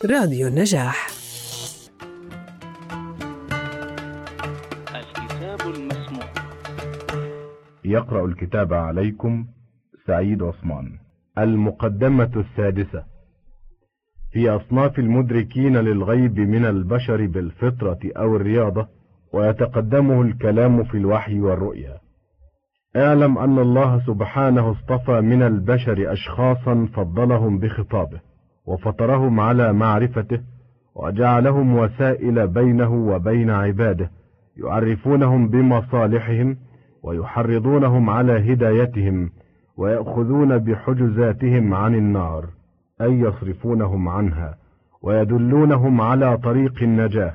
راديو النجاح. الكتاب المسموع. يقرأ الكتاب عليكم سعيد عثمان. المقدمة السادسة. في أصناف المدركين للغيب من البشر بالفطرة أو الرياضة، ويتقدمه الكلام في الوحي والرؤيا. اعلم أن الله سبحانه اصطفى من البشر أشخاصا فضلهم بخطابه، وفطرهم على معرفته، وجعلهم وسائل بينه وبين عباده، يعرفونهم بمصالحهم ويحرضونهم على هدايتهم، ويأخذون بحجزاتهم عن النار، أي يصرفونهم عنها ويدلونهم على طريق النجاة.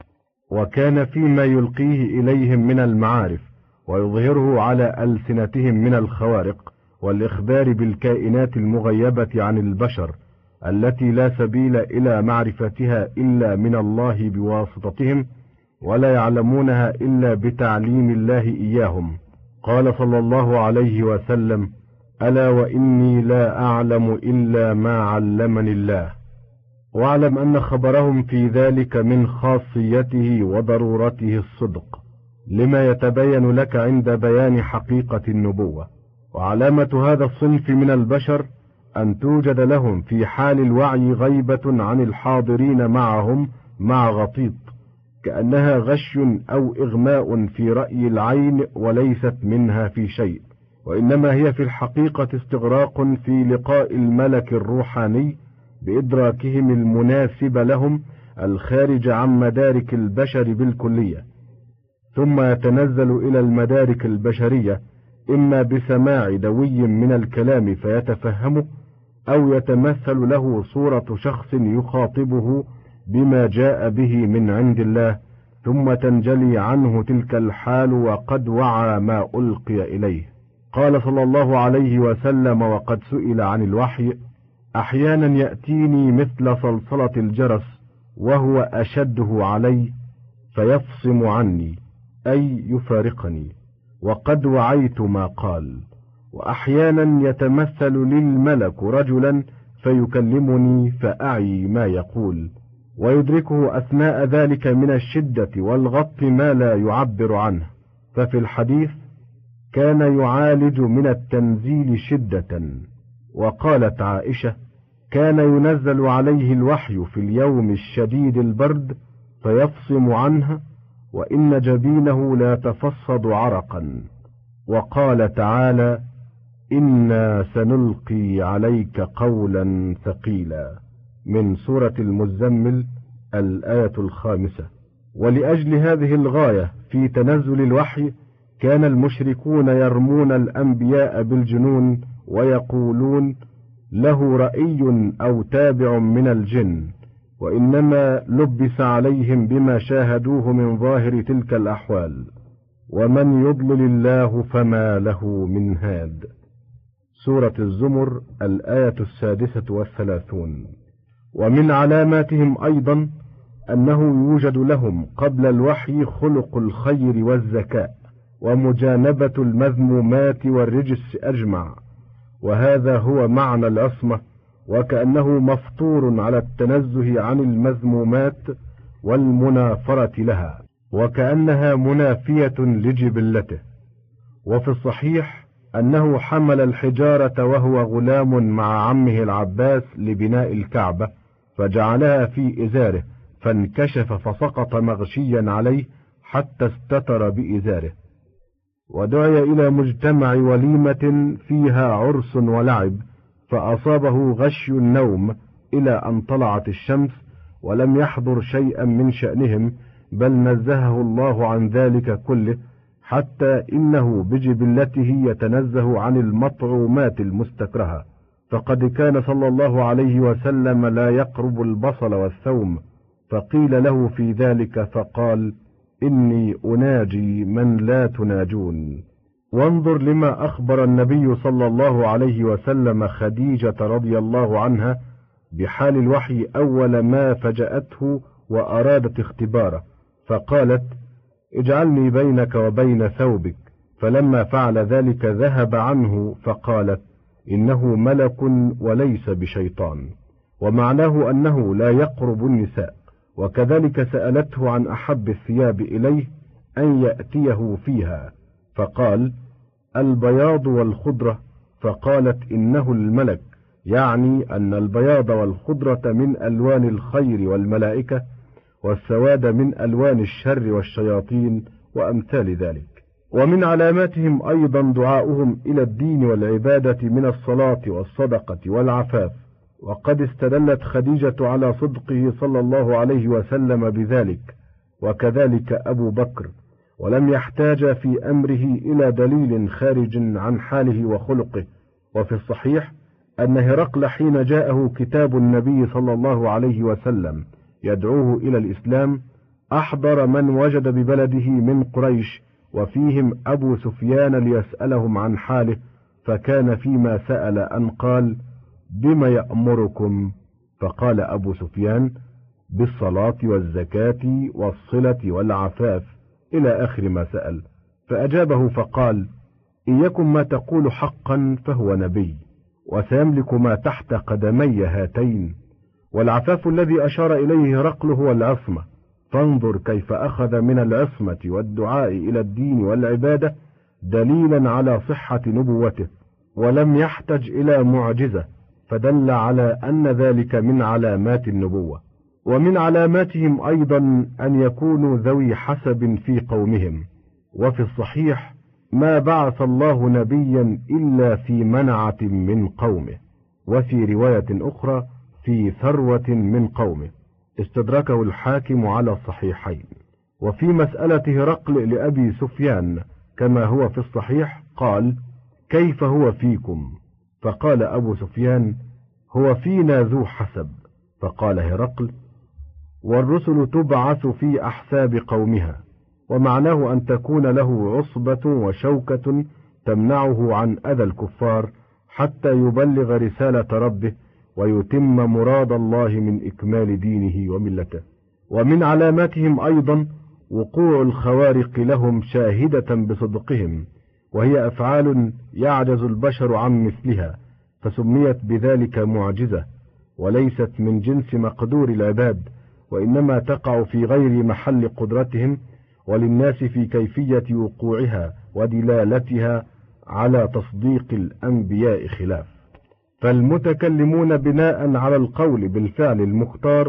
وكان فيما يلقيه إليهم من المعارف ويظهره على ألسنتهم من الخوارق والإخبار بالكائنات المغيبة عن البشر التي لا سبيل إلى معرفتها إلا من الله بواسطتهم، ولا يعلمونها إلا بتعليم الله إياهم. قال صلى الله عليه وسلم: ألا وإني لا أعلم إلا ما علمني الله. واعلم أن خبرهم في ذلك من خاصيته وضرورته الصدق، لما يتبين لك عند بيان حقيقة النبوة. وعلامة هذا الصنف من البشر أن توجد لهم في حال الوعي غيبة عن الحاضرين معهم مع غطيط، كأنها غش أو إغماء في رأي العين، وليست منها في شيء، وإنما هي في الحقيقة استغراق في لقاء الملك الروحاني بإدراكهم المناسب لهم الخارج عن مدارك البشر بالكلية، ثم يتنزل إلى المدارك البشرية إما بسماع دوي من الكلام فيتفهمه، أو يتمثل له صورة شخص يخاطبه بما جاء به من عند الله، ثم تنجلي عنه تلك الحال وقد وعى ما ألقي إليه. قال صلى الله عليه وسلم وقد سئل عن الوحي: أحيانا يأتيني مثل صلصلة الجرس وهو أشده علي فيفصم عني، أي يفارقني، وقد وعيت ما قال. وأحيانا يتمثل للملك رجلا فيكلمني فأعي ما يقول، ويدركه أثناء ذلك من الشدة والغط ما لا يعبر عنه. ففي الحديث: كان يعالج من التنزيل شدة. وقالت عائشة: كان ينزل عليه الوحي في اليوم الشديد البرد فيفصم عنها، وإن جبينه لا تفصد عرقا. وقال تعالى: إنا سنلقي عليك قولا ثقيلا، من سورة المزمل الآية 5. ولأجل هذه الغاية في تنزل الوحي كان المشركون يرمون الأنبياء بالجنون، ويقولون له رأي أو تابع من الجن، وإنما لبس عليهم بما شاهدوه من ظاهر تلك الأحوال. ومن يضلل الله فما له من هاد. سورة الزمر الآية 36. ومن علاماتهم أيضا أنه يوجد لهم قبل الوحي خلق الخير والزكاء، ومجانبة المذمومات والرجس أجمع، وهذا هو معنى العصمة، وكأنه مفطور على التنزه عن المذمومات والمنافرة لها، وكأنها منافية لجبلته. وفي الصحيح أنه حمل الحجارة وهو غلام مع عمه العباس لبناء الكعبة، فجعلها في إزاره فانكشف فسقط مغشيا عليه حتى استتر بإزاره. ودعي إلى مجتمع وليمة فيها عرس ولعب، فأصابه غشي النوم إلى أن طلعت الشمس، ولم يحضر شيئا من شأنهم، بل نزهه الله عن ذلك كله، حتى إنه بجبلته يتنزه عن المطعومات المستكرهة. فقد كان صلى الله عليه وسلم لا يقرب البصل والثوم، فقيل له في ذلك فقال: إني أناجي من لا تناجون. وانظر لما أخبر النبي صلى الله عليه وسلم خديجة رضي الله عنها بحال الوحي أول ما فجأته وأرادت اختباره، فقالت: اجعلني بينك وبين ثوبك، فلما فعل ذلك ذهب عنه، فقالت: إنه ملك وليس بشيطان. ومعناه أنه لا يقرب النساء. وكذلك سألته عن أحب الثياب إليه أن يأتيه فيها، فقال: البياض والخضرة. فقالت: إنه الملك، يعني أن البياض والخضرة من ألوان الخير والملائكة، والسواد من ألوان الشر والشياطين وأمثال ذلك. ومن علاماتهم أيضا دعاؤهم إلى الدين والعبادة من الصلاة والصدقة والعفاف، وقد استدلت خديجة على صدقه صلى الله عليه وسلم بذلك، وكذلك أبو بكر، ولم يحتاج في أمره إلى دليل خارج عن حاله وخلقه. وفي الصحيح أن هرقل حين جاءه كتاب النبي صلى الله عليه وسلم يدعوه إلى الإسلام، أحضر من وجد ببلده من قريش، وفيهم أبو سفيان ليسألهم عن حاله، فكان فيما سأل أن قال: بما يأمركم؟ فقال أبو سفيان: بالصلاة والزكاة والصلة والعفاف، إلى آخر ما سأل. فأجابه فقال: إن يكن ما تقول حقا فهو نبي، وسيملك ما تحت قدمي هاتين. والعفاف الذي أشار إليه هرقل هو العصمة، فانظر كيف أخذ من العصمة والدعاء إلى الدين والعبادة دليلا على صحة نبوته، ولم يحتج إلى معجزة، فدل على أن ذلك من علامات النبوة. ومن علاماتهم أيضا أن يكونوا ذوي حسب في قومهم. وفي الصحيح: ما بعث الله نبيا إلا في منعة من قومه، وفي رواية أخرى: في ثروة من قومه، استدركه الحاكم على الصحيحين. وفي مسألة هرقل لأبي سفيان كما هو في الصحيح قال: كيف هو فيكم؟ فقال أبو سفيان: هو فينا ذو حسب. فقال هرقل: والرسل تبعث في أحساب قومها، ومعناه أن تكون له عصبة وشوكة تمنعه عن أذى الكفار حتى يبلغ رسالة ربه ويتم مراد الله من إكمال دينه وملته. ومن علاماتهم أيضا وقوع الخوارق لهم شاهدة بصدقهم، وهي أفعال يعجز البشر عن مثلها، فسميت بذلك معجزة، وليست من جنس مقدور العباد، وإنما تقع في غير محل قدرتهم، وللناس في كيفية وقوعها ودلالتها على تصديق الأنبياء خلاف. فالمتكلمون بناء على القول بالفعل المختار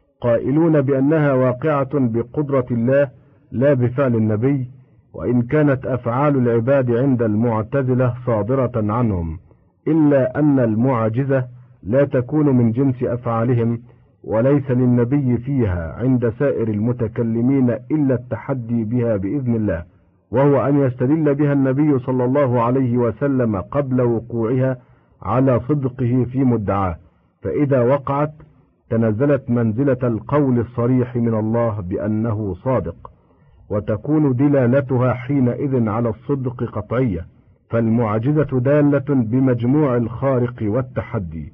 قائلون بأنها واقعة بقدرة الله لا بفعل النبي، وإن كانت أفعال العباد عند المعتزلة صادرة عنهم، إلا أن المعجزة لا تكون من جنس أفعالهم، وليس للنبي فيها عند سائر المتكلمين إلا التحدي بها بإذن الله، وهو أن يستدل بها النبي صلى الله عليه وسلم قبل وقوعها على صدقه في مدعاه، فإذا وقعت تنزلت منزلة القول الصريح من الله بأنه صادق، وتكون دلالتها حينئذ على الصدق قطعية، فالمعجزة دالة بمجموع الخارق والتحدي،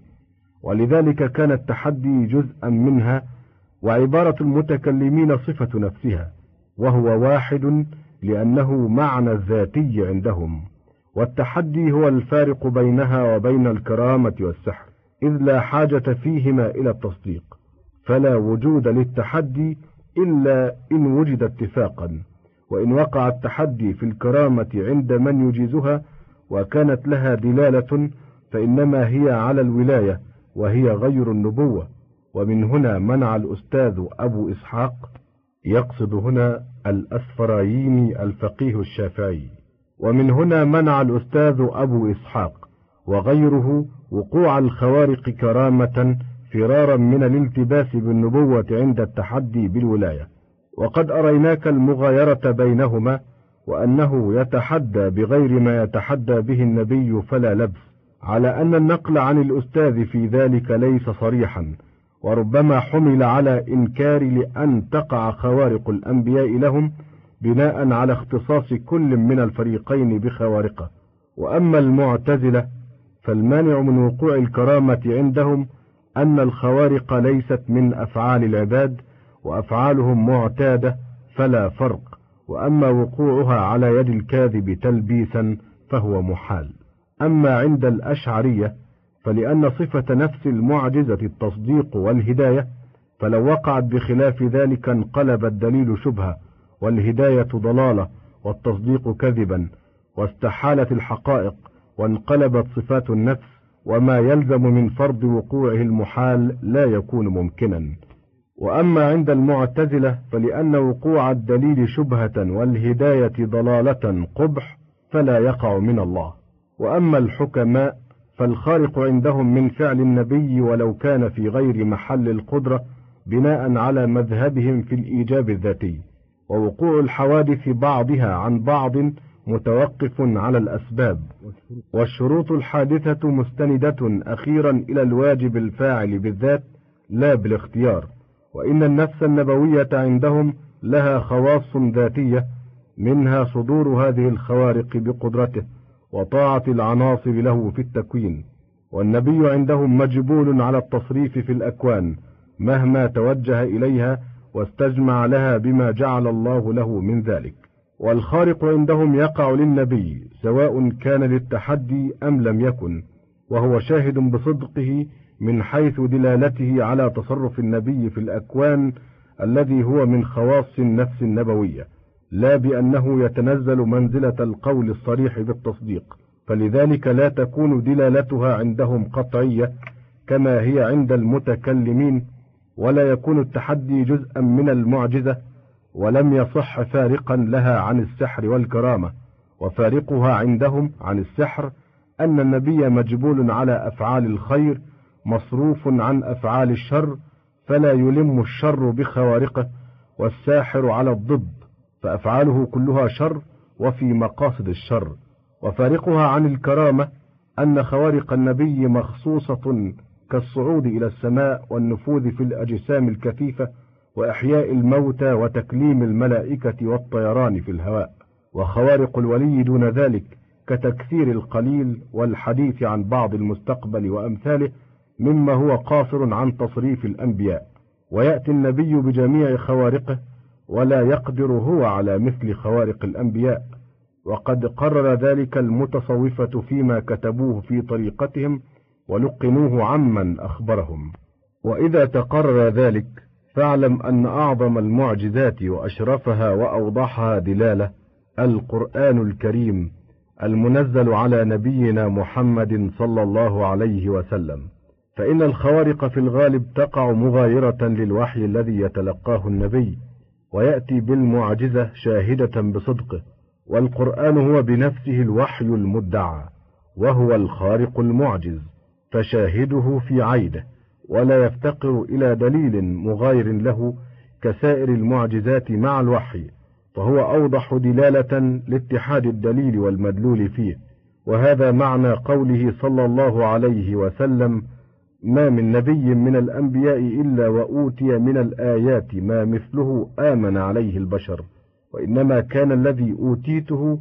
ولذلك كان التحدي جزءا منها، وعبارة المتكلمين صفة نفسها، وهو واحد لأنه معنى الذاتي عندهم، والتحدي هو الفارق بينها وبين الكرامة والسحر، إذ لا حاجة فيهما إلى التصديق، فلا وجود للتحدي إلا إن وجد اتفاقا، وإن وقع التحدي في الكرامة عند من يجيزها وكانت لها دلالة فإنما هي على الولاية وهي غير النبوة. ومن هنا منع الأستاذ أبو إسحاق، يقصد هنا الأسفرايني الفقيه الشافعي، ومن هنا منع الأستاذ أبو إسحاق وغيره وقوع الخوارق كرامة فرارا من الالتباس بالنبوة عند التحدي بالولاية. وقد أريناك المغايرة بينهما، وأنه يتحدى بغير ما يتحدى به النبي فلا لبس، على أن النقل عن الأستاذ في ذلك ليس صريحا، وربما حمل على إنكار لأن تقع خوارق الأنبياء لهم بناء على اختصاص كل من الفريقين بخوارقه. وأما المعتزلة فالمانع من وقوع الكرامة عندهم أن الخوارق ليست من أفعال العباد، وأفعالهم معتادة فلا فرق، وأما وقوعها على يد الكاذب تلبيسا فهو محال. أما عند الأشعرية فلأن صفة نفس المعجزة التصديق والهداية، فلو وقعت بخلاف ذلك انقلب الدليل شبهة، والهداية ضلالة، والتصديق كذبا، واستحالت الحقائق، وانقلبت صفات النفس، وما يلزم من فرض وقوعه المحال لا يكون ممكنا. وأما عند المعتزلة فلأن وقوع الدليل شبهة والهداية ضلالة قبح فلا يقع من الله. وأما الحكماء فالخارق عندهم من فعل النبي ولو كان في غير محل القدرة بناء على مذهبهم في الإيجاب الذاتي، ووقوع الحوادث بعضها عن بعض متوقف على الأسباب، والشروط الحادثة مستندة أخيرا إلى الواجب الفاعل بالذات لا بالاختيار. وإن النفس النبوية عندهم لها خواص ذاتية، منها صدور هذه الخوارق بقدرته وطاعة العناصر له في التكوين. والنبي عندهم مجبول على التصريف في الأكوان مهما توجه إليها واستجمع لها بما جعل الله له من ذلك. والخارق عندهم يقع للنبي سواء كان للتحدي أم لم يكن، وهو شاهد بصدقه من حيث دلالته على تصرف النبي في الأكوان الذي هو من خواص النفس النبوية، لا بأنه يتنزل منزلة القول الصريح بالتصديق، فلذلك لا تكون دلالتها عندهم قطعية كما هي عند المتكلمين، ولا يكون التحدي جزءا من المعجزة، ولم يصح فارقا لها عن السحر والكرامة. وفارقها عندهم عن السحر أن النبي مجبول على أفعال الخير مصروف عن أفعال الشر، فلا يلم الشر بخوارقه، والساحر على الضد فأفعاله كلها شر وفي مقاصد الشر. وفارقها عن الكرامة أن خوارق النبي مخصوصة كالصعود إلى السماء والنفوذ في الأجسام الكثيفة وإحياء الموتى وتكليم الملائكة والطيران في الهواء. وخوارق الولي دون ذلك كتكثير القليل والحديث عن بعض المستقبل وأمثاله مما هو قاصر عن تصريف الأنبياء. ويأتي النبي بجميع خوارقه ولا يقدر هو على مثل خوارق الأنبياء، وقد قرر ذلك المتصوفة فيما كتبوه في طريقتهم ولقنوه عمن أخبرهم. وإذا تقرر ذلك فاعلم أن أعظم المعجزات وأشرفها وأوضحها دلالة القرآن الكريم المنزل على نبينا محمد صلى الله عليه وسلم، فإن الخوارق في الغالب تقع مغايرة للوحي الذي يتلقاه النبي، ويأتي بالمعجزة شاهدة بصدقه، والقرآن هو بنفسه الوحي المدعى، وهو الخارق المعجز، فشاهده في عينه، ولا يفتقر إلى دليل مغاير له كسائر المعجزات مع الوحي، فهو أوضح دلالة لاتحاد الدليل والمدلول فيه. وهذا معنى قوله صلى الله عليه وسلم: ما من نبي من الأنبياء إلا وأوتي من الآيات ما مثله آمن عليه البشر، وإنما كان الذي أوتيته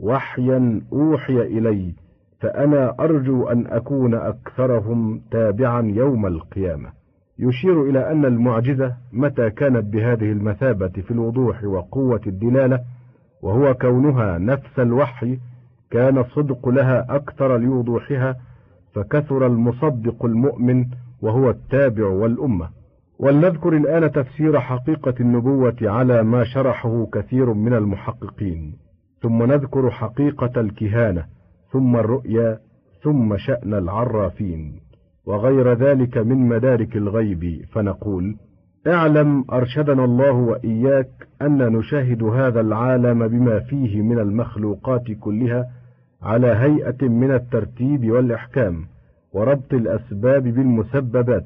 وحيا أوحي إلي، فأنا أرجو أن أكون أكثرهم تابعا يوم القيامة. يشير إلى أن المعجزة متى كانت بهذه المثابة في الوضوح وقوة الدلالة، وهو كونها نفس الوحي، كان الصدق لها أكثر لوضوحها، فكثر المصدق المؤمن وهو التابع والأمة. ولنذكر الآن تفسير حقيقة النبوة على ما شرحه كثير من المحققين، ثم نذكر حقيقة الكهانة، ثم الرؤيا، ثم شأن العرافين، وغير ذلك من مدارك الغيب. فنقول: اعلم أرشدنا الله وإياك أن نشاهد هذا العالم بما فيه من المخلوقات كلها على هيئة من الترتيب والإحكام، وربط الأسباب بالمسببات،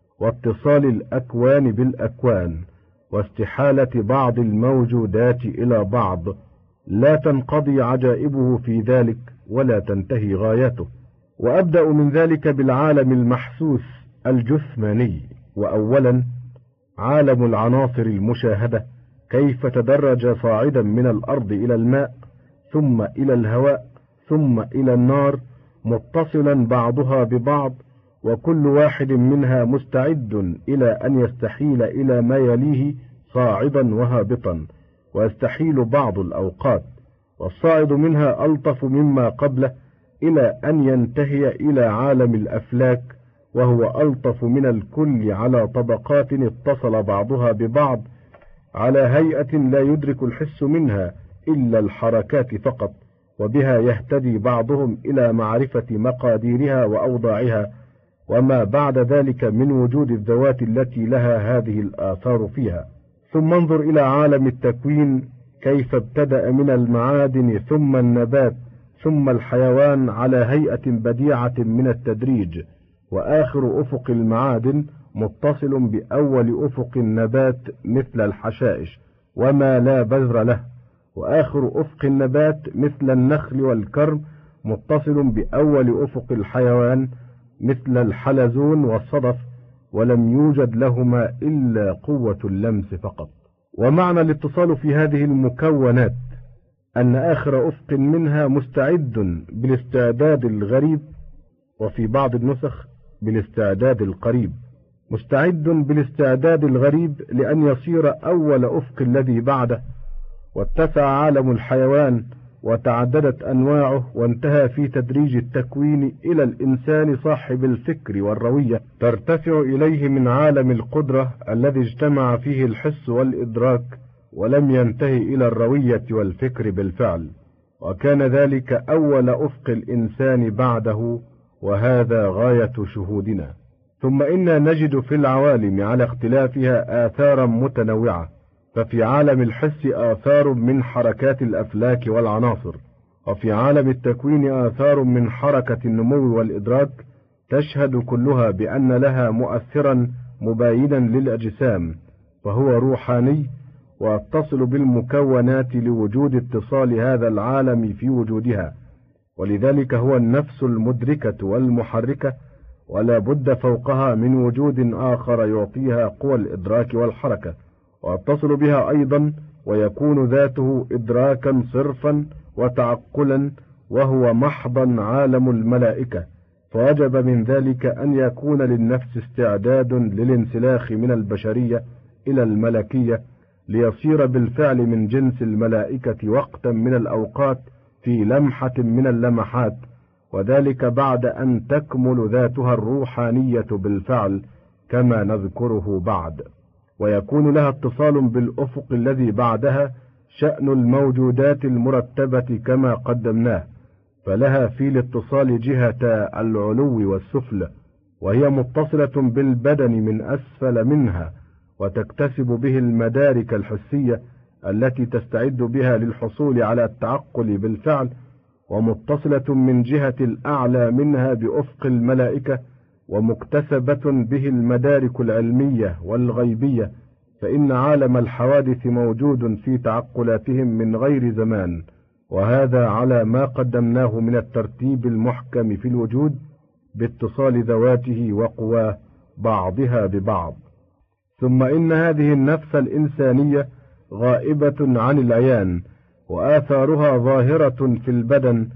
واتصال الأكوان بالأكوان، واستحالة بعض الموجودات إلى بعض، لا تنقضي عجائبه في ذلك ولا تنتهي غايته. وأبدأ من ذلك بالعالم المحسوس الجسماني. وأولا عالم العناصر المشاهدة، كيف تدرج صاعدا من الأرض إلى الماء، ثم إلى الهواء، ثم إلى النار، متصلا بعضها ببعض، وكل واحد منها مستعد إلى أن يستحيل إلى ما يليه صاعدا وهابطا، ويستحيل بعض الأوقات، والصاعد منها ألطف مما قبله، إلى أن ينتهي إلى عالم الأفلاك، وهو ألطف من الكل على طبقات اتصل بعضها ببعض على هيئة لا يدرك الحس منها إلا الحركات فقط، وبها يهتدي بعضهم إلى معرفة مقاديرها وأوضاعها، وما بعد ذلك من وجود الذوات التي لها هذه الآثار فيها. ثم انظر إلى عالم التكوين كيف ابتدأ من المعادن ثم النبات ثم الحيوان على هيئة بديعة من التدريج، وآخر أفق المعادن متصل بأول أفق النبات مثل الحشائش وما لا بذر له، وآخر أفق النبات مثل النخل والكرم متصل بأول أفق الحيوان مثل الحلزون والصدف، ولم يوجد لهما إلا قوة اللمس فقط. ومعنى الاتصال في هذه المكونات أن آخر أفق منها مستعد بالاستعداد الغريب، وفي بعض النسخ بالاستعداد القريب. مستعد بالاستعداد الغريب لأن يصير أول أفق الذي بعده، واتسع عالم الحيوان وتعددت أنواعه، وانتهى في تدريج التكوين إلى الإنسان صاحب الفكر والروية ترتفع إليه من عالم القدرة الذي اجتمع فيه الحس والإدراك، ولم ينتهي إلى الروية والفكر بالفعل، وكان ذلك أول أفق الإنسان بعده، وهذا غاية شهودنا. ثم إنا نجد في العوالم على اختلافها آثارا متنوعة، ففي عالم الحس آثار من حركات الأفلاك والعناصر، وفي عالم التكوين آثار من حركة النمو والإدراك، تشهد كلها بأن لها مؤثرا مباينا للأجسام، فهو روحاني ويتصل بالمكونات لوجود اتصال هذا العالم في وجودها، ولذلك هو النفس المدركة والمحركة، ولا بد فوقها من وجود آخر يعطيها قوى الإدراك والحركة، ويتصل بها أيضا ويكون ذاته إدراكا صرفا وتعقلا، وهو محضا عالم الملائكة. فوجب من ذلك أن يكون للنفس استعداد للانسلاخ من البشرية إلى الملكية، ليصير بالفعل من جنس الملائكة وقتا من الأوقات في لمحة من اللمحات، وذلك بعد أن تكمل ذاتها الروحانية بالفعل كما نذكره بعد، ويكون لها اتصال بالأفق الذي بعدها شأن الموجودات المرتبة كما قدمناه، فلها في الاتصال جهة العلو والسفل، وهي متصلة بالبدن من أسفل منها، وتكتسب به المدارك الحسية التي تستعد بها للحصول على التعقل بالفعل، ومتصلة من جهة الأعلى منها بأفق الملائكة، ومكتسبة به المدارك العلمية والغيبية، فإن عالم الحوادث موجود في تعقلاتهم من غير زمان، وهذا على ما قدمناه من الترتيب المحكم في الوجود باتصال ذواته وقواه بعضها ببعض. ثم إن هذه النفس الإنسانية غائبة عن العيان، وآثارها ظاهرة في البدن،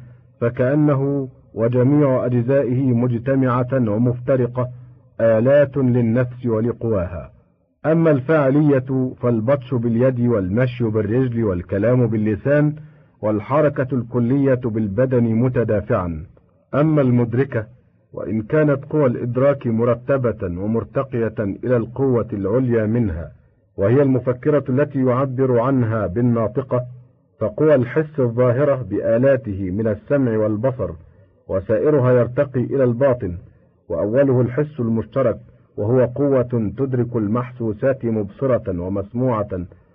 فكأنه وجميع أجزائه مجتمعة ومفترقة آلات للنفس ولقواها. أما الفاعلية فالبطش باليد والمشي بالرجل والكلام باللسان والحركة الكلية بالبدن متدافعا. أما المدركة وإن كانت قوى الإدراك مرتبة ومرتقية إلى القوة العليا منها، وهي المفكرة التي يعبر عنها بالناطقة، فقوى الحس الظاهرة بآلاته من السمع والبصر، وسائرها يرتقي إلى الباطن، وأوله الحس المشترك، وهو قوة تدرك المحسوسات مبصرة ومسموعة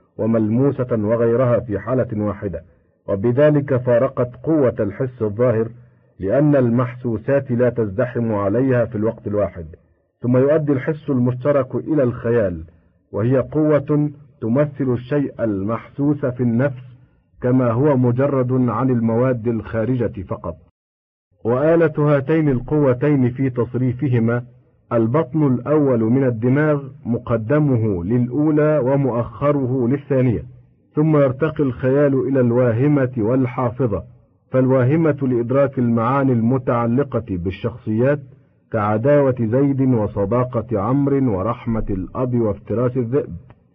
وملموسة وغيرها في حالة واحدة، وبذلك فارقت قوة الحس الظاهر، لأن المحسوسات لا تزدحم عليها في الوقت الواحد. ثم يؤدي الحس المشترك إلى الخيال، وهي قوة تمثل الشيء المحسوس في النفس كما هو مجرد عن المواد الخارجة فقط. وآلة هاتين القوتين في تصريفهما البطن الأول من الدماغ مقدمه للأولى ومؤخره للثانية، ثم يرتقي الخيال إلى الواهمة والحافظة، فالواهمة لإدراك المعاني المتعلقة بالشخصيات كعداوة زيد وصداقة عمرو ورحمة الأب وافتراس الذئب،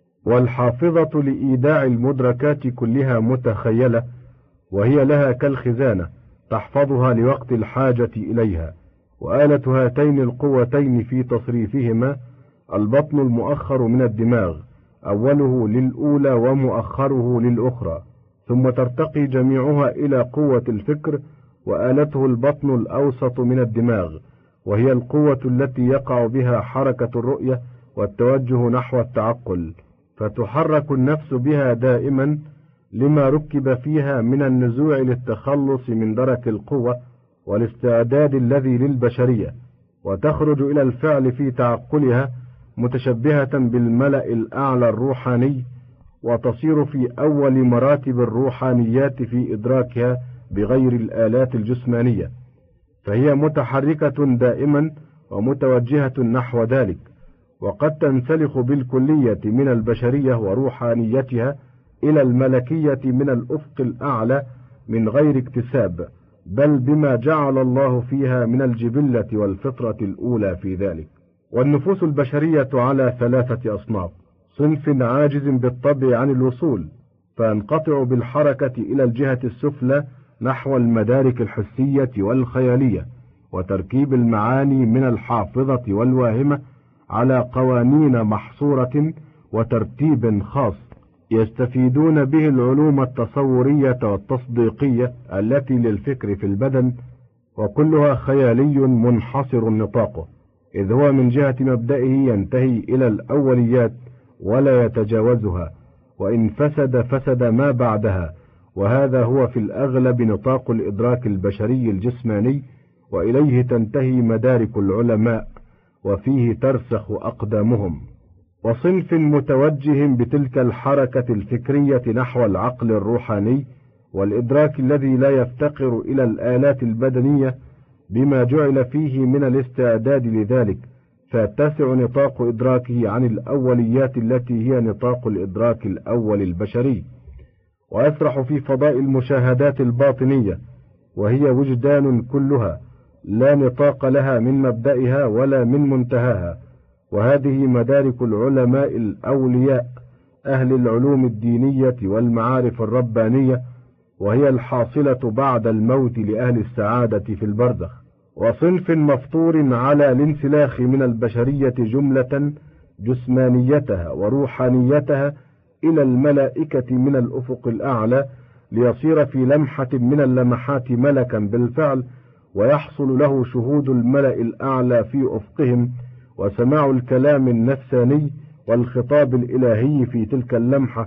والحافظة لإيداع المدركات كلها متخيلة، وهي لها كالخزانة تحفظها لوقت الحاجة إليها. وآلة هاتين القوتين في تصريفهما البطن المؤخر من الدماغ، أوله للأولى ومؤخره للأخرى، ثم ترتقي جميعها إلى قوة الفكر، وآلته البطن الأوسط من الدماغ، وهي القوة التي يقع بها حركة الرؤية والتوجه نحو التعقل، فتحرك النفس بها دائما لما ركب فيها من النزوع للتخلص من درك القوة والاستعداد الذي للبشرية، وتخرج إلى الفعل في تعقلها متشبهة بالملأ الأعلى الروحاني، وتصير في أول مراتب الروحانيات في إدراكها بغير الآلات الجسمانية، فهي متحركة دائما ومتوجهة نحو ذلك، وقد تنسلخ بالكلية من البشرية وروحانيتها إلى الملكية من الأفق الأعلى من غير اكتساب، بل بما جعل الله فيها من الجبلة والفطرة الأولى في ذلك. والنفوس البشرية على 3 أصناف: صنف عاجز بالطبع عن الوصول، فينقطع بالحركة إلى الجهة السفلى نحو المدارك الحسية والخيالية، وتركيب المعاني من الحافظة والواهمة على قوانين محصورة وترتيب خاص، يستفيدون به العلوم التصورية والتصديقية التي للفكر في البدن، وكلها خيالي منحصر نطاقه، إذ هو من جهة مبدئه ينتهي إلى الأوليات ولا يتجاوزها، وإن فسد ما بعدها، وهذا هو في الأغلب نطاق الإدراك البشري الجسماني، وإليه تنتهي مدارك العلماء، وفيه ترسخ أقدامهم. وصنف متوجه بتلك الحركة الفكرية نحو العقل الروحاني والإدراك الذي لا يفتقر إلى الآلات البدنية بما جعل فيه من الاستعداد لذلك، فيتسع نطاق إدراكه عن الأوليات التي هي نطاق الإدراك الأول البشري، ويسرح في فضاء المشاهدات الباطنية، وهي وجدان كلها لا نطاق لها من مبدئها ولا من منتهاها، وهذه مدارك العلماء الأولياء أهل العلوم الدينية والمعارف الربانية، وهي الحاصلة بعد الموت لأهل السعادة في البرزخ. وصنف مفطور على الانسلاخ من البشرية جملة جسمانيتها وروحانيتها إلى الملائكة من الأفق الأعلى، ليصير في لمحة من اللمحات ملكا بالفعل، ويحصل له شهود الملأ الأعلى في أفقهم، وسماع الكلام النفساني والخطاب الإلهي في تلك اللمحة.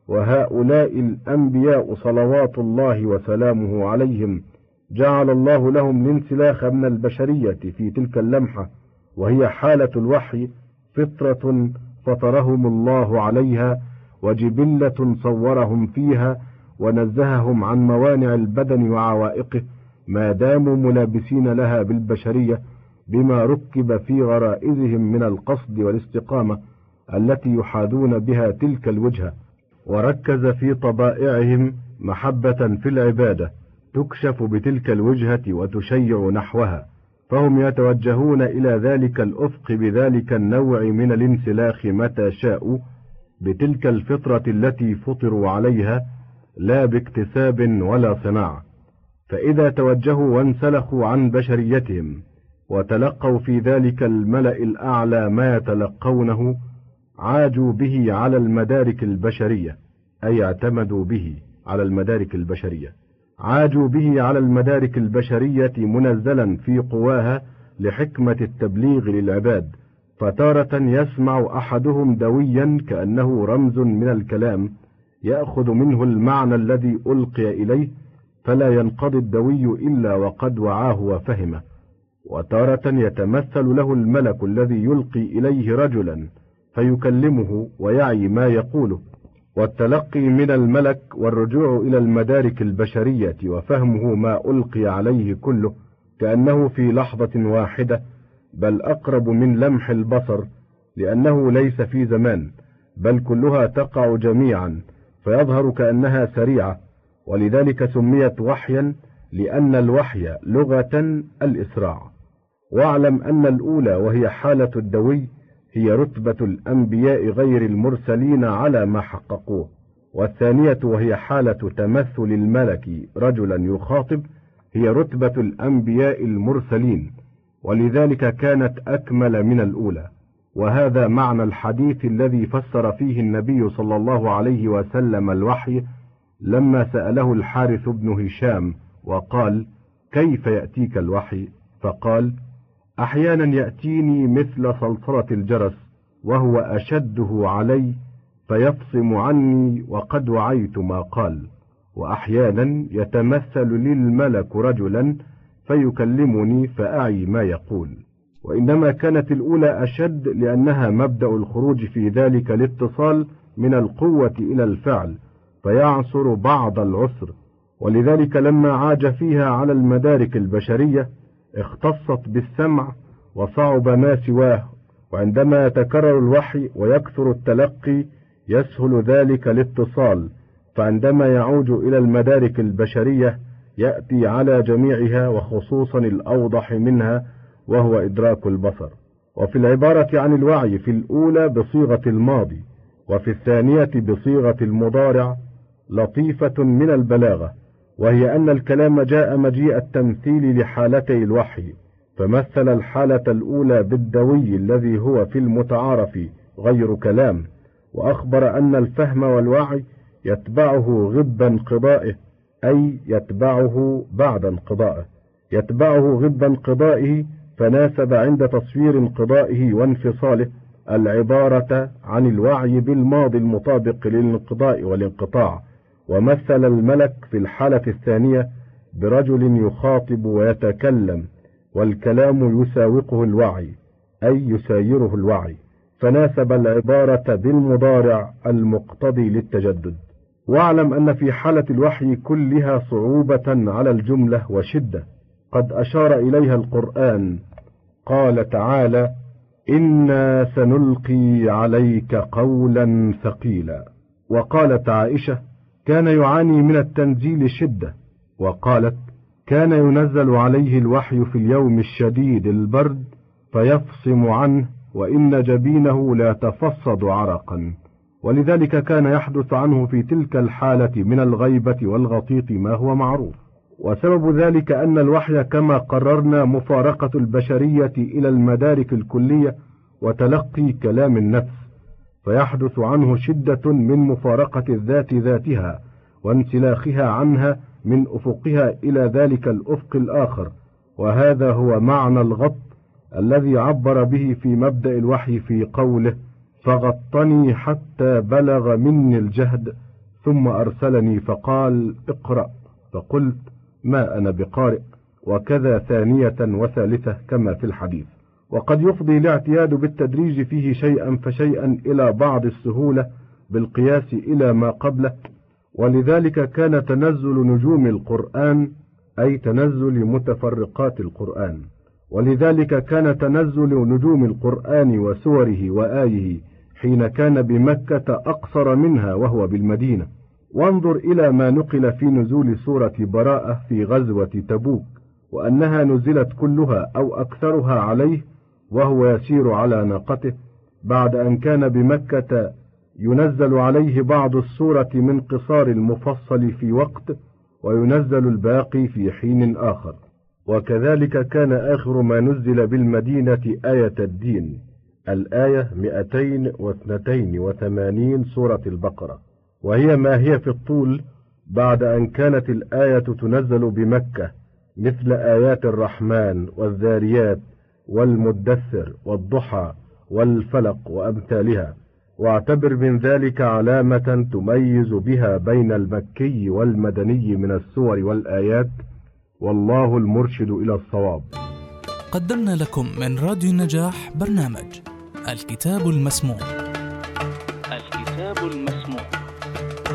وهؤلاء الأنبياء صلوات الله وسلامه عليهم جعل الله لهم الانسلاخ من البشرية في تلك اللمحة، وهي حالة الوحي، فطرة فطرهم الله عليها، وجبلة صورهم فيها، ونزههم عن موانع البدن وعوائقه، ما داموا ملابسين لها بالبشرية بما ركب في غرائزهم من القصد والاستقامة التي يحاذون بها تلك الوجهة، وركز في طبائعهم محبة في العبادة تكشف بتلك الوجهة وتشيع نحوها، فهم يتوجهون إلى ذلك الأفق بذلك النوع من الانسلاخ متى شاءوا، بتلك الفطرة التي فطروا عليها، لا باكتساب ولا صناعة. فإذا توجهوا وانسلخوا عن بشريتهم وتلقوا في ذلك الملأ الأعلى ما يتلقونه، عاجوا به على المدارك البشرية، أي اعتمدوا به على المدارك البشرية، عاجوا به على المدارك البشرية منزلا في قواها لحكمة التبليغ للعباد، فتارة يسمع أحدهم دويا كأنه رمز من الكلام يأخذ منه المعنى الذي ألقي إليه، فلا ينقضي الدوي إلا وقد وعاه وفهمه، وتارة يتمثل له الملك الذي يلقي إليه رجلا فيكلمه ويعي ما يقوله، والتلقي من الملك والرجوع إلى المدارك البشرية وفهمه ما ألقي عليه كله كأنه في لحظة واحدة، بل أقرب من لمح البصر، لأنه ليس في زمان، بل كلها تقع جميعا فيظهر كأنها سريعة، ولذلك سميت وحيا، لأن الوحي لغة الإسراع. واعلم أن الأولى وهي حالة الدوي هي رتبة الأنبياء غير المرسلين على ما حققوه، والثانية وهي حالة تمثل الملك رجلا يخاطب هي رتبة الأنبياء المرسلين، ولذلك كانت أكمل من الأولى. وهذا معنى الحديث الذي فسر فيه النبي صلى الله عليه وسلم الوحي لما سأله الحارث بن هشام وقال: كيف يأتيك الوحي؟ فقال: أحيانا يأتيني مثل صلصلة الجرس وهو أشده علي فيفصم عني وقد وعيت ما قال، وأحيانا يتمثل لي الملك رجلا فيكلمني فأعي ما يقول. وإنما كانت الأولى أشد لأنها مبدأ الخروج في ذلك الاتصال من القوة إلى الفعل فيعصر بعض العسر، ولذلك لما عاج فيها على المدارك البشرية اختصت بالسمع وصعب ما سواه، وعندما يتكرر الوحي ويكثر التلقي يسهل ذلك الاتصال، فعندما يعود إلى المدارك البشرية يأتي على جميعها وخصوصا الأوضح منها وهو إدراك البصر. وفي العبارة عن الوعي في الأولى بصيغة الماضي وفي الثانية بصيغة المضارع لطيفة من البلاغة، وهي أن الكلام جاء مجيء التمثيل لحالتي الوحي، فمثل الحالة الأولى بالدوي الذي هو في المتعارف غير كلام، وأخبر أن الفهم والوعي يتبعه غب انقضائه، أي يتبعه بعد انقضائه، يتبعه غب انقضائه، فناسب عند تصوير انقضائه وانفصاله العبارة عن الوعي بالماضي المطابق للانقضاء والانقطاع. ومثل الملك في الحالة الثانية برجل يخاطب ويتكلم، والكلام يساوقه الوعي أي يسايره الوعي، فناسب العبارة بالمضارع المقتضي للتجدد. واعلم أن في حالة الوحي كلها صعوبة على الجملة وشدة قد أشار إليها القرآن. قال تعالى: إنا سنلقي عليك قولا ثقيلا. وقالت عائشة: كان يعاني من التنزيل شدة. وقالت: كان ينزل عليه الوحي في اليوم الشديد البرد فيفصم عنه وإن جبينه لا تفصد عرقا، ولذلك كان يحدث عنه في تلك الحالة من الغيبة والغطيط ما هو معروف. وسبب ذلك أن الوحي كما قررنا مفارقة البشرية إلى المدارك الكلية وتلقي كلام النفس، فيحدث عنه شدة من مفارقة الذات ذاتها وانسلاخها عنها من أفقها إلى ذلك الأفق الآخر، وهذا هو معنى الغط الذي عبر به في مبدأ الوحي في قوله: فغطني حتى بلغ مني الجهد ثم أرسلني فقال: اقرأ، فقلت: ما أنا بقارئ، وكذا ثانية وثالثة كما في الحديث. وقد يفضي الاعتياد بالتدريج فيه شيئا فشيئا إلى بعض السهولة بالقياس إلى ما قبله، ولذلك كان تنزل نجوم القرآن أي تنزل متفرقات القرآن، ولذلك كان تنزل نجوم القرآن وسوره وآيه حين كان بمكة أقصر منها وهو بالمدينة. وانظر إلى ما نقل في نزول سورة براءة في غزوة تبوك، وأنها نزلت كلها أو أكثرها عليه وهو يسير على ناقته، بعد أن كان بمكة ينزل عليه بعض السورة من قصار المفصل في وقت وينزل الباقي في حين آخر. وكذلك كان آخر ما نزل بالمدينة آية الدين، الآية 282 سورة البقرة، وهي ما هي في الطول بعد أن كانت الآية تنزل بمكة، مثل آيات الرحمن والذاريات والمدثر والضحى والفلق وأمثالها. واعتبر من ذلك علامة تميز بها بين المكي والمدني من السور والآيات، والله المرشد إلى الصواب. قدمنا لكم من راديو النجاح برنامج الكتاب المسموع.